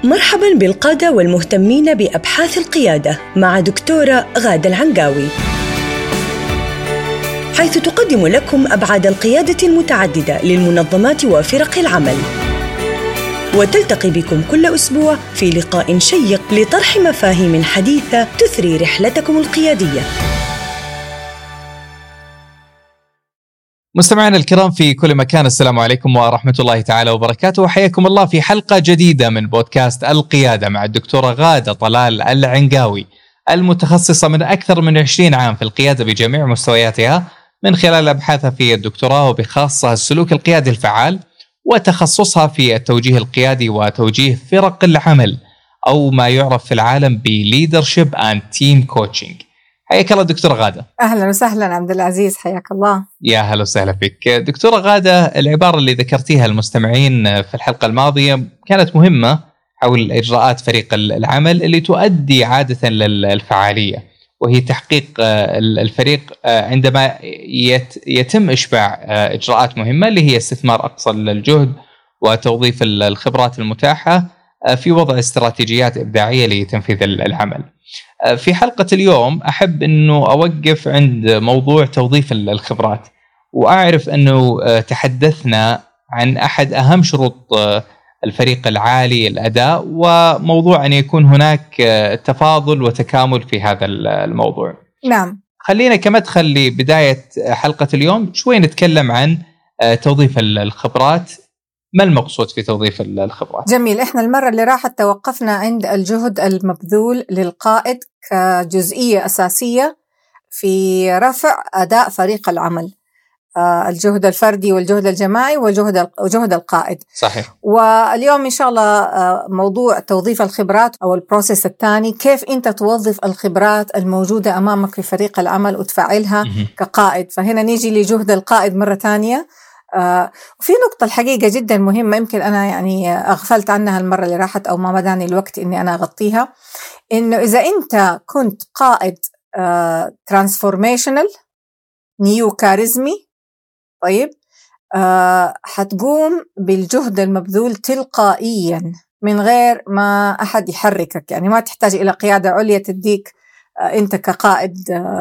مرحباً بالقادة والمهتمين بأبحاث القيادة مع دكتورة غادة العنقاوي، حيث تقدم لكم أبعاد القيادة المتعددة للمنظمات وفرق العمل، وتلتقي بكم كل أسبوع في لقاء شيق لطرح مفاهيم حديثة تثري رحلتكم القيادية. مستمعينا الكرام في كل مكان، السلام عليكم ورحمة الله تعالى وبركاته، وحياكم الله في حلقة جديدة من بودكاست القيادة مع الدكتورة غادة طلال العنقاوي، المتخصصة من أكثر من 20 عام في القيادة بجميع مستوياتها، من خلال أبحاثها في الدكتوراه وبخاصة السلوك القيادي الفعال، وتخصصها في التوجيه القيادي وتوجيه فرق العمل، أو ما يعرف في العالم بليدرشيب أند تيم كوتشنج. حياك الله دكتورة غادة. أهلا وسهلا عبد العزيز، حياك الله. يا هلا وسهلا فيك دكتورة غادة. العبارة اللي ذكرتيها المستمعين في الحلقة الماضية كانت مهمة حول إجراءات فريق العمل اللي تؤدي عادة للفعالية، وهي تحقيق الفريق عندما يتم إشباع إجراءات مهمة اللي هي استثمار أقصى الجهد وتوظيف الخبرات المتاحة في وضع استراتيجيات إبداعية لتنفيذ العمل. في حلقة اليوم أحب أنه أوقف عند موضوع توظيف الخبرات، وأعرف أنه تحدثنا عن أحد أهم شروط الفريق العالي الأداء، وموضوع أن يكون هناك تفاضل وتكامل في هذا الموضوع. نعم. خلينا كمدخل لبداية حلقة اليوم شوي نتكلم عن توظيف الخبرات. ما المقصود في توظيف الخبرات؟ جميل. إحنا المرة اللي راحت توقفنا عند الجهد المبذول للقائد كجزئية أساسية في رفع أداء فريق العمل، الجهد الفردي والجهد الجماعي وجهد القائد. صحيح. واليوم إن شاء الله موضوع توظيف الخبرات أو البروسيس الثاني، كيف أنت توظف الخبرات الموجودة أمامك في فريق العمل وتفعلها كقائد. فهنا نيجي لجهد القائد مرة تانية. وفي نقطة الحقيقة جدا مهمة يمكن أنا يعني أغفلت عنها المرة اللي راحت أو ما مداني الوقت إني أنا أغطيها، إنه إذا أنت كنت قائد ترانسفورميشنال نيو كاريزمي، طيب حتقوم بالجهد المبذول تلقائيا من غير ما أحد يحركك، يعني ما تحتاج إلى قيادة عليا تديك، أنت كقائد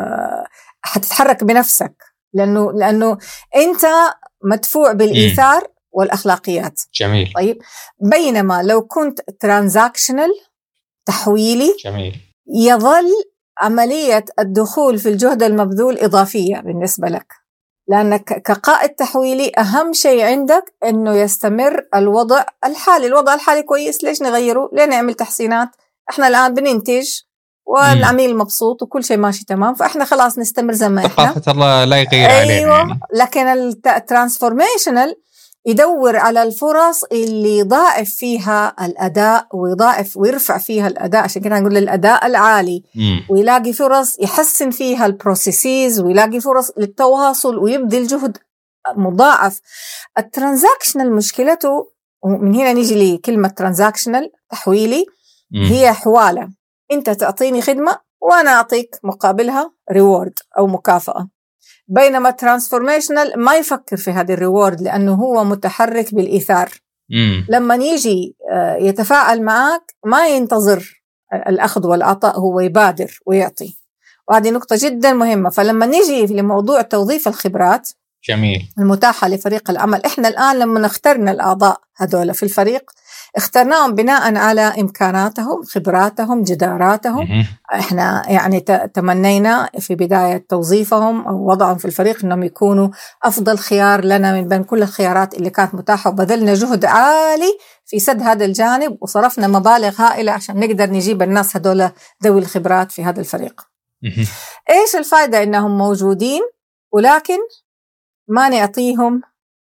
حتتحرك بنفسك، لأنه أنت مدفوع بالإيثار والأخلاقيات. جميل. طيب بينما لو كنت ترانزاكشنال تحويلي، جميل، يظل عملية الدخول في الجهد المبذول إضافية بالنسبة لك، لأنك كقائد تحويلي أهم شيء عندك أنه يستمر الوضع الحالي كويس. ليش نغيره؟ ليه نعمل تحسينات؟ إحنا الآن بننتج والعميل مبسوط وكل شيء ماشي تمام، فإحنا خلاص نستمر زي ما إحنا. ثقافة الله لا يغير علينا. أيوة يعني. لكن الترانسفورميشنال يدور على الفرص اللي يضاعف فيها الأداء ويرفع فيها الأداء، عشان كده نقول الأداء العالي. ويلاقي فرص يحسن فيها البروسيسز، ويلاقي فرص للتواصل ويبذل جهد مضاعف. الترانزاكشنال مشكلته، ومن هنا نيجي لكلمة ترانزاكشنال تحويلي، هي حوالة. أنت تعطيني خدمة وأنا أعطيك مقابلها ريورد أو مكافأة، بينما ترانسفورميشنال ما يفكر في هذا الريورد لأنه هو متحرك بالإيثار. لما يجي يتفاعل معك ما ينتظر الأخذ والعطاء، هو يبادر ويعطي، وهذه نقطة جدا مهمة. فلما نيجي لموضوع توظيف الخبرات جميل المتاحة لفريق العمل، إحنا الآن لما اخترنا الأعضاء هذول في الفريق اخترناهم بناء على إمكاناتهم، خبراتهم، جداراتهم. إحنا يعني تمنينا في بداية توظيفهم أو وضعهم في الفريق أنهم يكونوا أفضل خيار لنا من بين كل الخيارات اللي كانت متاحة، وبذلنا جهد عالي في سد هذا الجانب، وصرفنا مبالغ هائلة عشان نقدر نجيب الناس هذول ذوي الخبرات في هذا الفريق. إيش الفائدة؟ إنهم موجودين ولكن ما نعطيهم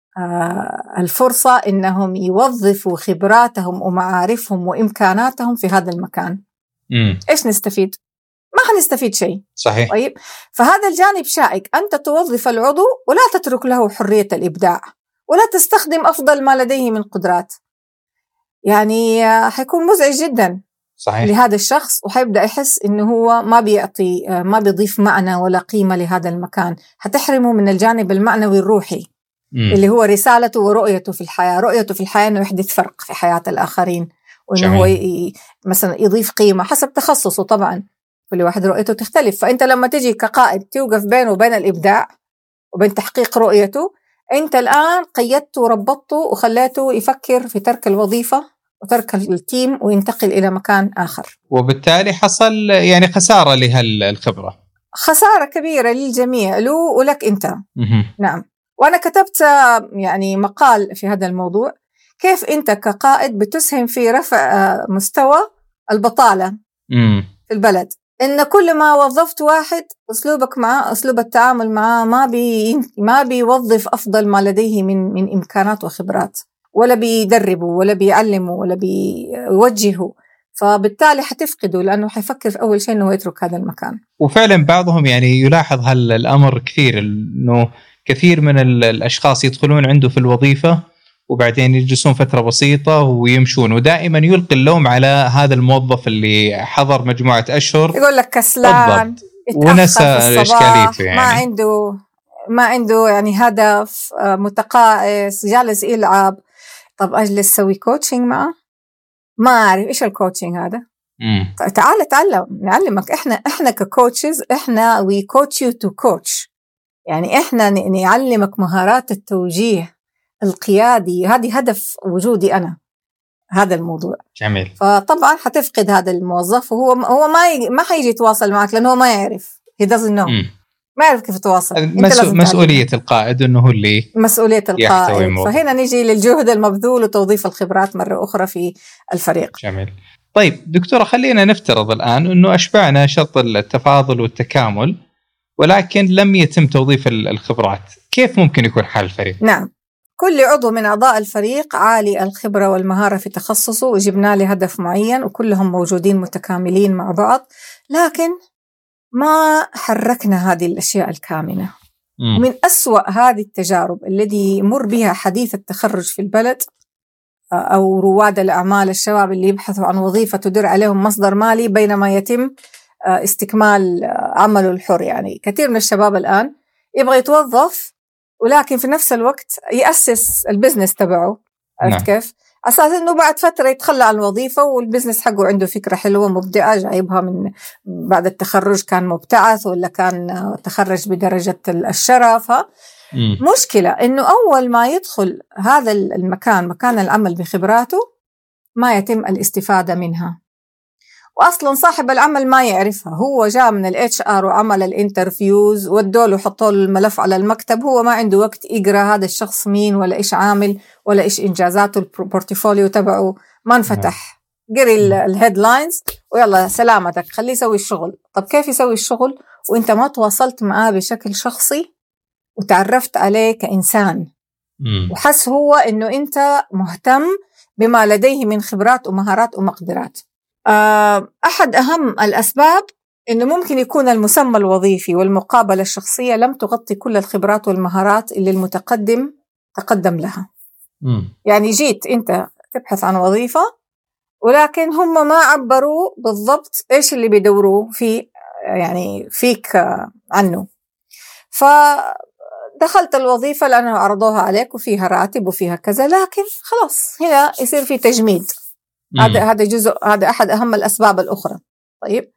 الفرصة إنهم يوظفوا خبراتهم ومعارفهم وإمكاناتهم في هذا المكان. إيش نستفيد؟ ما حنستفيد شيء. صحيح. طيب فهذا الجانب شائك، أنت توظف العضو ولا تترك له حرية الإبداع ولا تستخدم أفضل ما لديه من قدرات، يعني حيكون مزعج جدا. صحيح. لهذا الشخص، وحيبدأ يحس إنه هو ما بيضيف معنى ولا قيمة لهذا المكان، هتحرمه من الجانب المعنوي الروحي اللي هو رسالته ورؤيته في الحياة. رؤيته في الحياة إنه يحدث فرق في حياة الآخرين، وإنه هو مثلا يضيف قيمة حسب تخصصه. طبعا كل واحد رؤيته تختلف. فأنت لما تجي كقائد توقف بينه وبين الإبداع وبين تحقيق رؤيته، أنت الآن قيدته وربطته وخليته يفكر في ترك الوظيفة وترك التيم وينتقل إلى مكان آخر، وبالتالي حصل يعني خسارة لهالخبرة، خسارة كبيرة للجميع، له ولك أنت. نعم. وأنا كتبت يعني مقال في هذا الموضوع، كيف أنت كقائد بتسهم في رفع مستوى البطالة في البلد. إن كل ما وظفت واحد أسلوبك معه، أسلوب التعامل معه ما بيوظف أفضل ما لديه من إمكانات وخبرات، ولا بيدربه ولا بيعلمه ولا بيوجهه، فبالتالي حتفقده لأنه حيفكر في أول شيء إنه يترك هذا المكان. وفعلا بعضهم يعني يلاحظ هالأمر كثير، إنه كثير من الأشخاص يدخلون عنده في الوظيفة وبعدين يجلسون فترة بسيطة ويمشون، ودائما يلقي اللوم على هذا الموظف اللي حضر مجموعة أشهر، يقول لك كسلان، ونسى إشكاليته، يعني ما عنده يعني هدف، متقاعس، جالس يلعب. طب أجلس سوي كوتشنج معه؟ ما أعرف إيش الكوتشنج هذا. تعال تعلم، نعلمك. إحنا ككوتشز، إحنا we coach you to coach، يعني إحنا نعلمك مهارات التوجيه القيادي. هذه هدف وجودي أنا، هذا الموضوع. جميل. فطبعا حتفقد هذا الموظف، وهو ما حيجي يتواصل معك لأنه ما يعرف، he doesn't know، ما يعرف كيف يتواصل. مسؤولية القائد إنه هو اللي مسؤولية القائد. فهنا نيجي للجهد المبذول وتوظيف الخبرات مرة أخرى في الفريق. جميل. طيب دكتورة، خلينا نفترض الآن أنه أشبعنا شرط التفاضل والتكامل، ولكن لم يتم توظيف الخبرات، كيف ممكن يكون حال الفريق؟ نعم، كل عضو من أعضاء الفريق عالي الخبرة والمهارة في تخصصه، وجبنا له هدف معين وكلهم موجودين متكاملين مع بعض، لكن ما حركنا هذه الأشياء الكامنة. من أسوأ هذه التجارب التي يمر بها حديث التخرج في البلد، أو رواد الأعمال الشباب اللي يبحثوا عن وظيفة تدر عليهم مصدر مالي بينما يتم استكمال عمله الحر. يعني كثير من الشباب الآن يبغى يتوظف، ولكن في نفس الوقت يأسس البزنس تبعه. عرفت كيف؟ أساس إنه بعد فترة يتخلى عن الوظيفة والبزنس حقه عنده فكرة حلوة مبدعة جايبها من بعد التخرج، كان مبتعث ولا كان تخرج بدرجة الشرف. مشكلة إنه أول ما يدخل هذا المكان، مكان العمل بخبراته، ما يتم الاستفادة منها، وأصلاً صاحب العمل ما يعرفها. هو جاء من الHR وعمل الانترفيوز ودوله حطوا الملف على المكتب، هو ما عنده وقت يقرأ هذا الشخص مين ولا إيش عامل ولا إيش إنجازاته، البورتفوليو تبعه ما انفتح، قري الهيدلاينز ويلا سلامتك، خليه يسوي الشغل. طب كيف يسوي الشغل وإنت ما تواصلت معاه بشكل شخصي وتعرفت عليه كإنسان، وحس هو إنه أنت مهتم بما لديه من خبرات ومهارات ومقدرات. أحد أهم الأسباب إنه ممكن يكون المسمى الوظيفي والمقابلة الشخصية لم تغطي كل الخبرات والمهارات اللي المتقدم تقدم لها. يعني جيت أنت تبحث عن وظيفة، ولكن هم ما عبروا بالضبط إيش اللي بيدوروا فيه، يعني فيك عنه. فدخلت الوظيفة لأنه عرضوها عليك وفيها راتب وفيها كذا، لكن خلاص هنا يصير في تجميد. هذا جزء، هذا أحد أهم الأسباب الأخرى. طيب،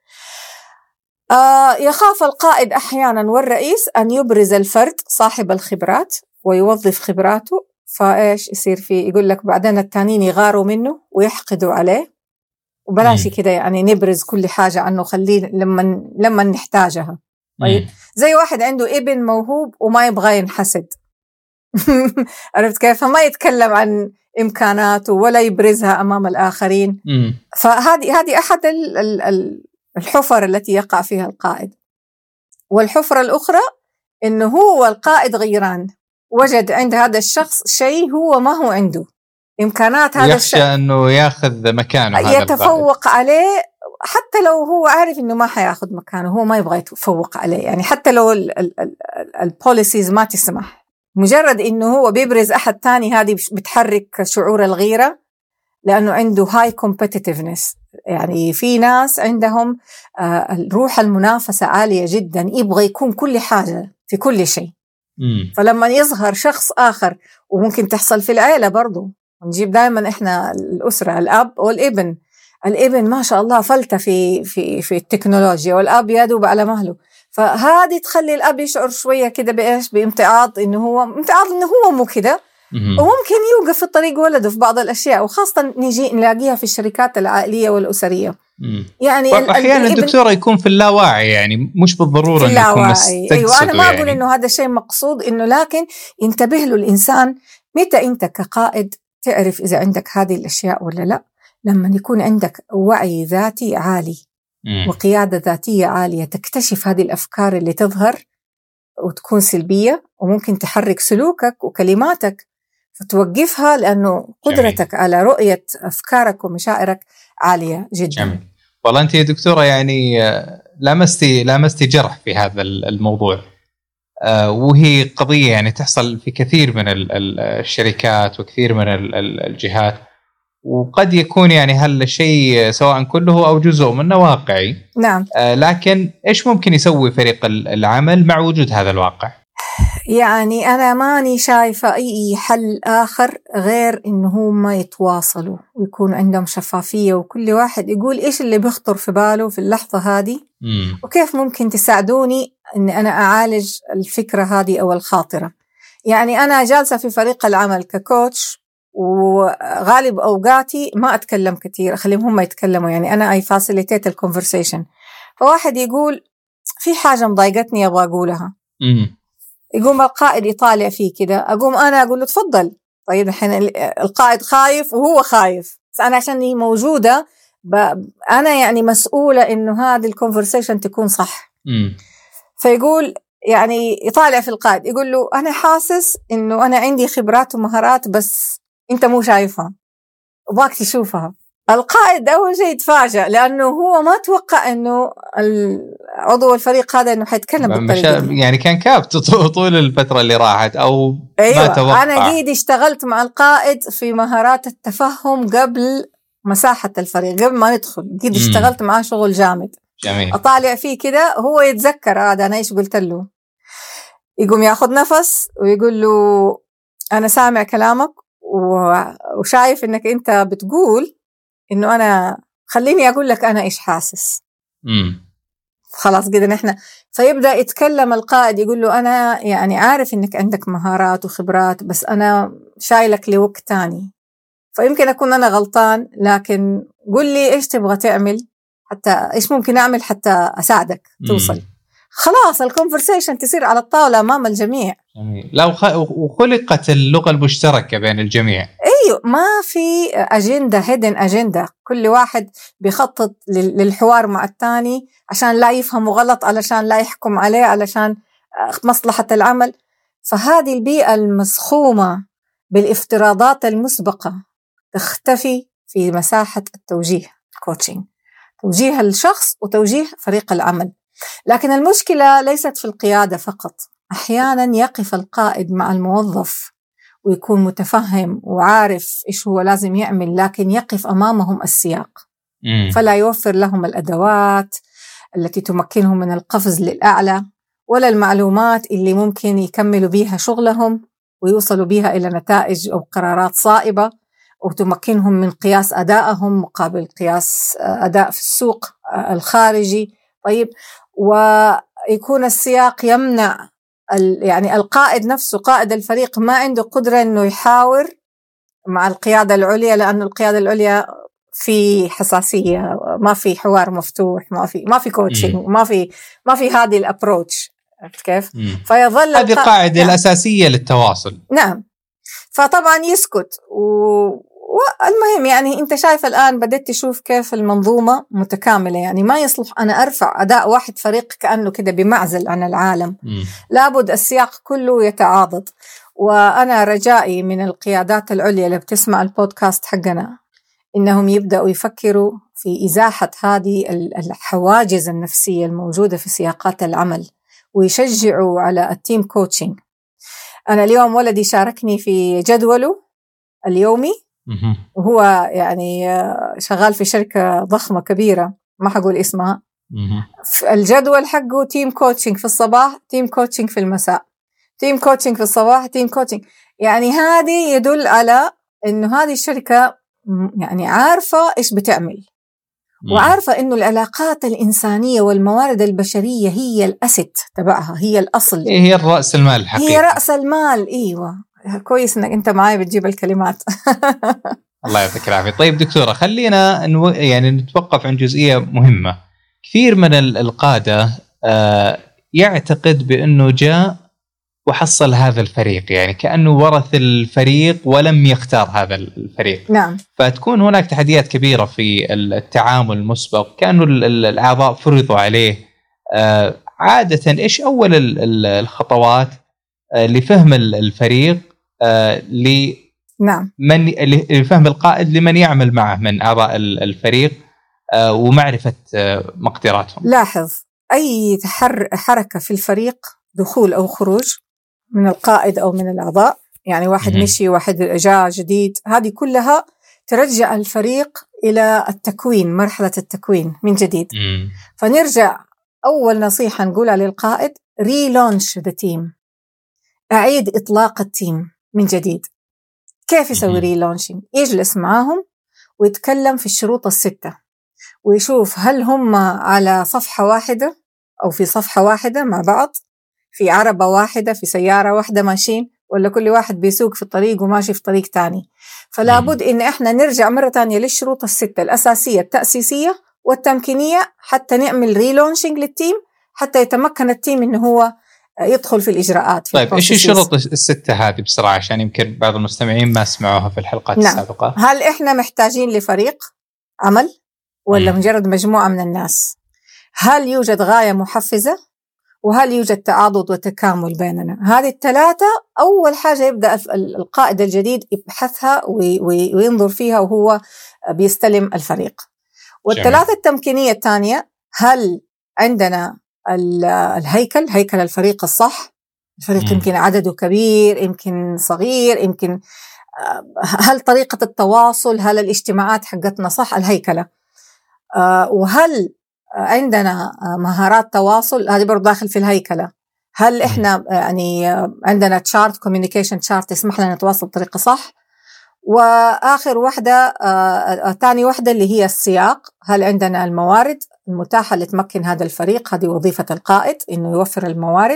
يخاف القائد أحيانا والرئيس أن يبرز الفرد صاحب الخبرات ويوظف خبراته، فإيش يصير فيه؟ يقول لك بعدين التانين يغاروا منه ويحقدوا عليه، وبلاش كده يعني نبرز كل حاجة عنه، خليه لما نحتاجها. طيب، زي واحد عنده ابن موهوب وما يبغى ينحسد. عرفت كيف؟ فما يتكلم عن إمكاناته ولا يبرزها أمام الآخرين. فهذه أحد الحفر التي يقع فيها القائد. والحفرة الأخرى إنه هو القائد غيران، وجد عند هذا الشخص شيء هو ما هو عنده، إمكانات هذا الشخص، يخشى أنه ياخذ مكانه، يتفوق عليه، حتى لو هو عارف إنه ما حياخذ مكانه، هو ما يبغى يتفوق عليه. يعني حتى لو البوليسيز ما تسمح، مجرد إنه هو بيبرز أحد تاني، هذه بتحرك شعور الغيرة، لأنه عنده هاي competitiveness. يعني في ناس عندهم روح المنافسة عالية جدا، يبغى يكون كل حاجة في كل شيء. فلما يظهر شخص آخر، وممكن تحصل في العائلة برضو، ونجيب دائما إحنا الأسرة الأب والابن. الابن ما شاء الله فلتة في التكنولوجيا، والأب يدوب على مهله. فهذه تخلي الأب يشعر شوية كده بإيش؟ بامتعاض، إنه هو مو كده، وممكن يوقف في طريق ولده في بعض الأشياء، وخاصة نيجي نلاقيها في الشركات العائلية والأسرية. يعني أحيانا الدكتورة يكون في اللاواعي، يعني مش بالضرورة إنه يكون مستقصد. أيوة، أنا ما أقول إنه هذا الشيء مقصود، إنه لكن ينتبه له الإنسان. متى أنت كقائد تعرف إذا عندك هذه الأشياء ولا لا؟ لما يكون عندك وعي ذاتي عالي وقيادة ذاتية عالية، تكتشف هذه الأفكار اللي تظهر وتكون سلبية وممكن تحرك سلوكك وكلماتك، فتوقفها، لأنه قدرتك على رؤية أفكارك ومشاعرك عالية جدا. جميل. والله أنت يا دكتورة يعني لامستي جرح في هذا الموضوع، وهي قضية يعني تحصل في كثير من الشركات وكثير من الجهات، وقد يكون يعني هالشيء سواء كله أو جزء منه واقعي. نعم. لكن إيش ممكن يسوي فريق العمل مع وجود هذا الواقع؟ يعني أنا ماني شايفة أي حل آخر غير إنه هم يتواصلوا ويكون عندهم شفافية، وكل واحد يقول إيش اللي بيخطر في باله في اللحظة هذه، وكيف ممكن تساعدوني إني أنا أعالج الفكرة هذه أو الخاطرة. يعني أنا جالسة في فريق العمل ككوتش، وغالب أوقاتي ما أتكلم كتير، أخليهم هم يتكلموا. يعني أنا I facilitate the conversation. فواحد يقول في حاجة مضايقتني أبغى أقولها، يقوم القائد يطالع فيه كده، أقوم أنا أقول له تفضل. طيب الحين القائد خايف وهو خايف، بس أنا عشاني موجودة أنا يعني مسؤولة إنه هذه الكونفرسيشن تكون صح. فيقول يعني يطالع في القائد، يقول له أنا حاسس إنه أنا عندي خبرات ومهارات بس أنت مو شايفها، وباك تشوفها. القائد أول شيء يتفاجأ، لأنه هو ما توقع إنه عضو الفريق هذا إنه حيتكلم بالطريقة دي. يعني كان كابت طول الفترة اللي راحت أو أيوة. ما توقع. أنا جيد اشتغلت مع القائد في مهارات التفهم قبل مساحة الفريق، قبل ما ندخل جيد اشتغلت معاه شغل جامد. جميل. أطالع فيه كده، هو يتذكر هذا أنا إيش قلت له، يقوم ياخذ نفس ويقول له أنا سامع كلامك وشايف إنك أنت بتقول إنه أنا خليني أقول لك أنا إيش حاسس. خلاص كده نحن. فيبدأ يتكلم القائد، يقول له أنا يعني عارف إنك عندك مهارات وخبرات، بس أنا شايلك لوقت تاني، فيمكن أكون أنا غلطان، لكن قل لي إيش تبغى تعمل، حتى إيش ممكن أعمل حتى أساعدك توصل. خلاص الكونفرسيشن تصير على الطاولة أمام الجميع. لو وخلقت اللغة المشتركة بين الجميع. أيوة، ما في أجندة هيدن أجندة، كل واحد بيخطط للحوار مع الثاني عشان لا يفهموا غلط، علشان لا يحكم عليه، علشان مصلحة العمل. فهذه البيئة المسخومة بالافتراضات المسبقة تختفي في مساحة التوجيه، الكوتشنج، توجيه الشخص وتوجيه فريق العمل. لكن المشكلة ليست في القيادة فقط. أحيانا يقف القائد مع الموظف ويكون متفهم وعارف إيش هو لازم يعمل، لكن يقف أمامهم السياق، فلا يوفر لهم الأدوات التي تمكنهم من القفز للأعلى، ولا المعلومات اللي ممكن يكملوا بيها شغلهم ويوصلوا بيها إلى نتائج أو قرارات صائبة، وتمكنهم من قياس أدائهم مقابل قياس أداء في السوق الخارجي. طيب، ويكون السياق يمنع يعني القائد نفسه، قائد الفريق، ما عنده قدرة إنه يحاور مع القيادة العليا، لأنه القيادة العليا في حساسية، ما في حوار مفتوح، ما في كوتشنج، ما في هذه الابروتش. كيف؟ فيظل هذه القاعدة الأساسية للتواصل. نعم. فطبعا يسكت والمهم يعني أنت شايف الآن بدأت تشوف كيف المنظومة متكاملة. يعني ما يصلح أنا أرفع أداء واحد فريق كأنه كده بمعزل عن العالم. لابد السياق كله يتعاضد. وأنا رجائي من القيادات العليا اللي بتسمع البودكاست حقنا إنهم يبدأوا يفكروا في إزاحة هذه الحواجز النفسية الموجودة في سياقات العمل، ويشجعوا على التيم كوتشنج. أنا اليوم ولدي شاركني في جدوله اليومي، وهو يعني شغال في شركة ضخمة كبيرة ما حقول اسمها. الجدول حقه تيم كوتشنج في الصباح، تيم كوتشنج في المساء، تيم كوتشنج في الصباح، تيم كوتشنج. يعني هذه يدل على إنه هذه الشركة يعني عارفة إيش بتعمل، وعارفة إنه العلاقات الإنسانية والموارد البشرية هي الأسد تبعها، هي الأصل، هي الرأس المال الحقيقي، هي رأس المال. إيوه، كويس إنك أنت معاي بتجيب الكلمات. الله يعطيك العافية. طيب دكتورة، خلينا يعني نتوقف عن جزئية مهمة. كثير من القادة يعتقد بأنه جاء وحصل هذا الفريق، يعني كأنه ورث الفريق ولم يختار هذا الفريق. نعم. فتكون هناك تحديات كبيرة في التعامل المسبق، كأنه الأعضاء فرضوا عليه. عادة إيش أول الخطوات لفهم الفريق نعم، لفهم القائد لمن يعمل معه من أعضاء الفريق ومعرفة مقدراتهم؟ لاحظ أي حركة في الفريق، دخول أو خروج من القائد أو من الأعضاء، يعني واحد مشي واحد جاء جديد، هذه كلها ترجع الفريق إلى التكوين، مرحلة التكوين من جديد. فنرجع، أول نصيحة نقولها للقائد: relaunch the team، أعيد إطلاق التيم من جديد. كيف يسوي relaunching؟ يجلس معاهم ويتكلم في الشروط 6 ويشوف هل هم على صفحة واحدة أو في صفحة واحدة مع بعض، في عربة واحدة، في سيارة واحدة ماشيين، ولا كل واحد بيسوق في طريق وماشي في طريق تاني. فلا بد إن إحنا نرجع مرة تانية للشروط 6 الأساسية التأسيسية والتمكينية، حتى نعمل ريلونشينج للتيم، حتى يتمكن التيم إنه هو يدخل في الإجراءات. في طيب إيش الشروط 6 هذه بسرعة، عشان يمكن بعض المستمعين ما سمعوها في الحلقات السابقة؟ هل إحنا محتاجين لفريق عمل ولا مجرد مجموعة من الناس؟ هل يوجد غاية محفزة؟ وهل يوجد تعاضد وتكامل بيننا؟ هذه الثلاثة أول حاجة يبدأ القائد الجديد يبحثها وينظر فيها وهو بيستلم الفريق. والثلاثة التمكينية الثانية: هل عندنا هيكل الفريق الصح؟ الفريق يمكن عدده كبير، يمكن صغير، يمكن هل طريقة التواصل، هل الاجتماعات حقتنا صح؟ الهيكلة. وهل عندنا مهارات تواصل؟ هذه برضو داخل في الهيكلة. هل إحنا يعني عندنا تشارت، كوميونيكيشن تشارت يسمح لنا نتواصل بطريقة صح؟ وآخر واحدة، ثاني واحدة اللي هي السياق: هل عندنا الموارد المتاحة لتمكن هذا الفريق؟ هذه وظيفة القائد، إنه يوفر الموارد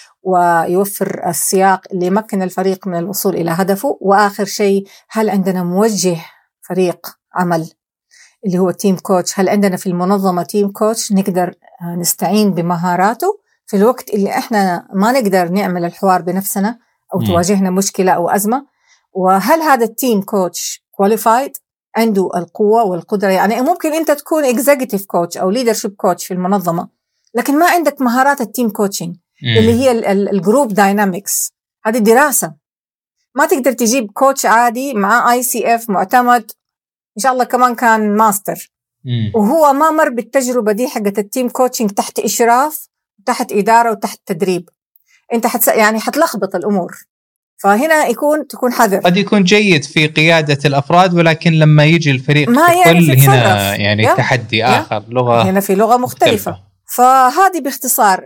ويوفر السياق اللي يمكن الفريق من الوصول إلى هدفه. وآخر شيء: هل عندنا موجه فريق عمل اللي هو تيم كوتش؟ هل عندنا في المنظمة تيم كوتش نقدر نستعين بمهاراته في الوقت اللي احنا ما نقدر نعمل الحوار بنفسنا أو تواجهنا مشكلة أو أزمة؟ وهل هذا التيم كوتش كواليفايد، عنده القوة والقدرة؟ يعني ممكن أنت تكون executive كوتش أو leadership كوتش في المنظمة، لكن ما عندك مهارات التيم كوتشنج اللي هي الجروب داينامكس. هذه دراسة، ما تقدر تجيب كوتش عادي مع ICF معتمد إن شاء الله كمان كان ماستر وهو ما مر بالتجربة دي حقت التيم كوتشنج تحت إشراف، تحت إدارة وتحت تدريب. أنت يعني حتلخبط الأمور. فهنا تكون حذر. قد يكون جيد في قيادة الأفراد، ولكن لما يجي الفريق كل هنا يعني تحدي آخر، لغة هنا في لغة مختلفة. فهذه باختصار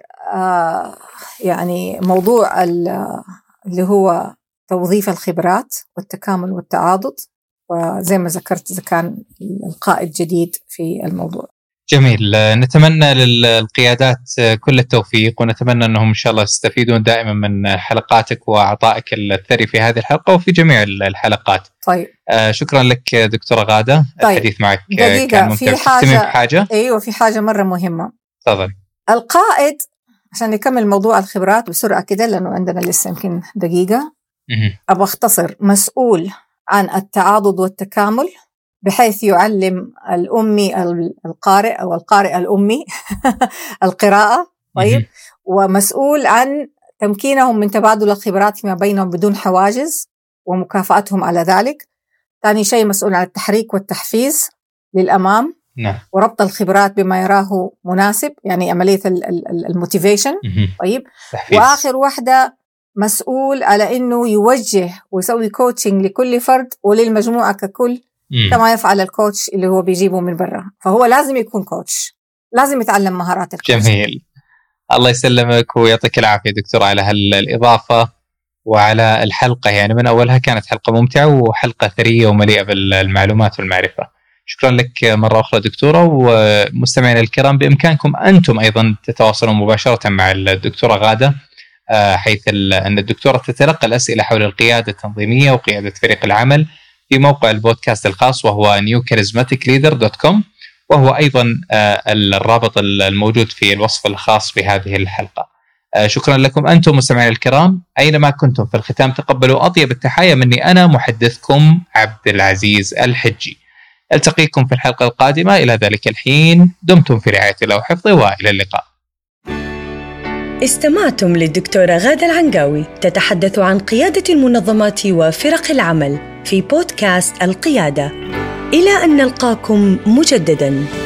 يعني موضوع اللي هو توظيف الخبرات والتكامل والتعاضد، وزي ما ذكرت إذا كان القائد جديد في الموضوع. جميل. نتمنى للقيادات كل التوفيق، ونتمنى أنهم إن شاء الله يستفيدون دائما من حلقاتك وعطائك الثري في هذه الحلقة وفي جميع الحلقات. طيب. شكرا لك دكتورة غادة. طيب. الحديث معك دقيقة. كان ممتع. في حاجة. أيوة، في حاجة مرة مهمة. تفضل. القائد، عشان نكمل موضوع الخبرات بسرعة كده لأنه عندنا لسه يمكن دقيقة. أبغى أختصر: مسؤول عن التعاضد والتكامل بحيث يعلم الأمي القارئ أو القارئ الأمي القراءة. طيب. ومسؤول عن تمكينهم من تبادل الخبرات فيما بينهم بدون حواجز ومكافأتهم على ذلك. ثاني شيء مسؤول عن التحريك والتحفيز للأمام. نعم. وربط الخبرات بما يراه مناسب، يعني عملية الموتيفيشن. طيب. تحفيز. وآخر واحدة مسؤول على إنه يوجه ويسوي كوتشنج لكل فرد وللمجموعة ككل كما يفعل الكوتش اللي هو بيجيبه من برا. فهو لازم يكون كوتش، لازم يتعلم مهارات الكوتش. جميل. الله يسلمك ويعطيك العافية دكتورة على هالإضافة وعلى الحلقة، يعني من أولها كانت حلقة ممتعة وحلقة ثرية ومليئة بالمعلومات والمعرفة. شكرا لك مرة أخرى دكتورة. ومستمعين الكرام، بإمكانكم أنتم أيضا تتواصلون مباشرة مع الدكتورة غادة، حيث أن الدكتورة تتلقى الأسئلة حول القيادة التنظيمية وقيادة فريق العمل في موقع البودكاست الخاص وهو newcharismaticleader.com، وهو أيضا الرابط الموجود في الوصف الخاص بهذه الحلقة. شكرا لكم أنتم مستمعين الكرام أينما كنتم. في الختام تقبلوا أطيب التحايا مني أنا محدثكم عبد العزيز الحجي. ألتقيكم في الحلقة القادمة. إلى ذلك الحين دمتم في رعاية الله وحفظه، وإلى اللقاء. استمعتم للدكتورة غادة العنقاوي تتحدث عن قيادة المنظمات وفرق العمل في بودكاست القيادة. إلى أن نلقاكم مجدداً.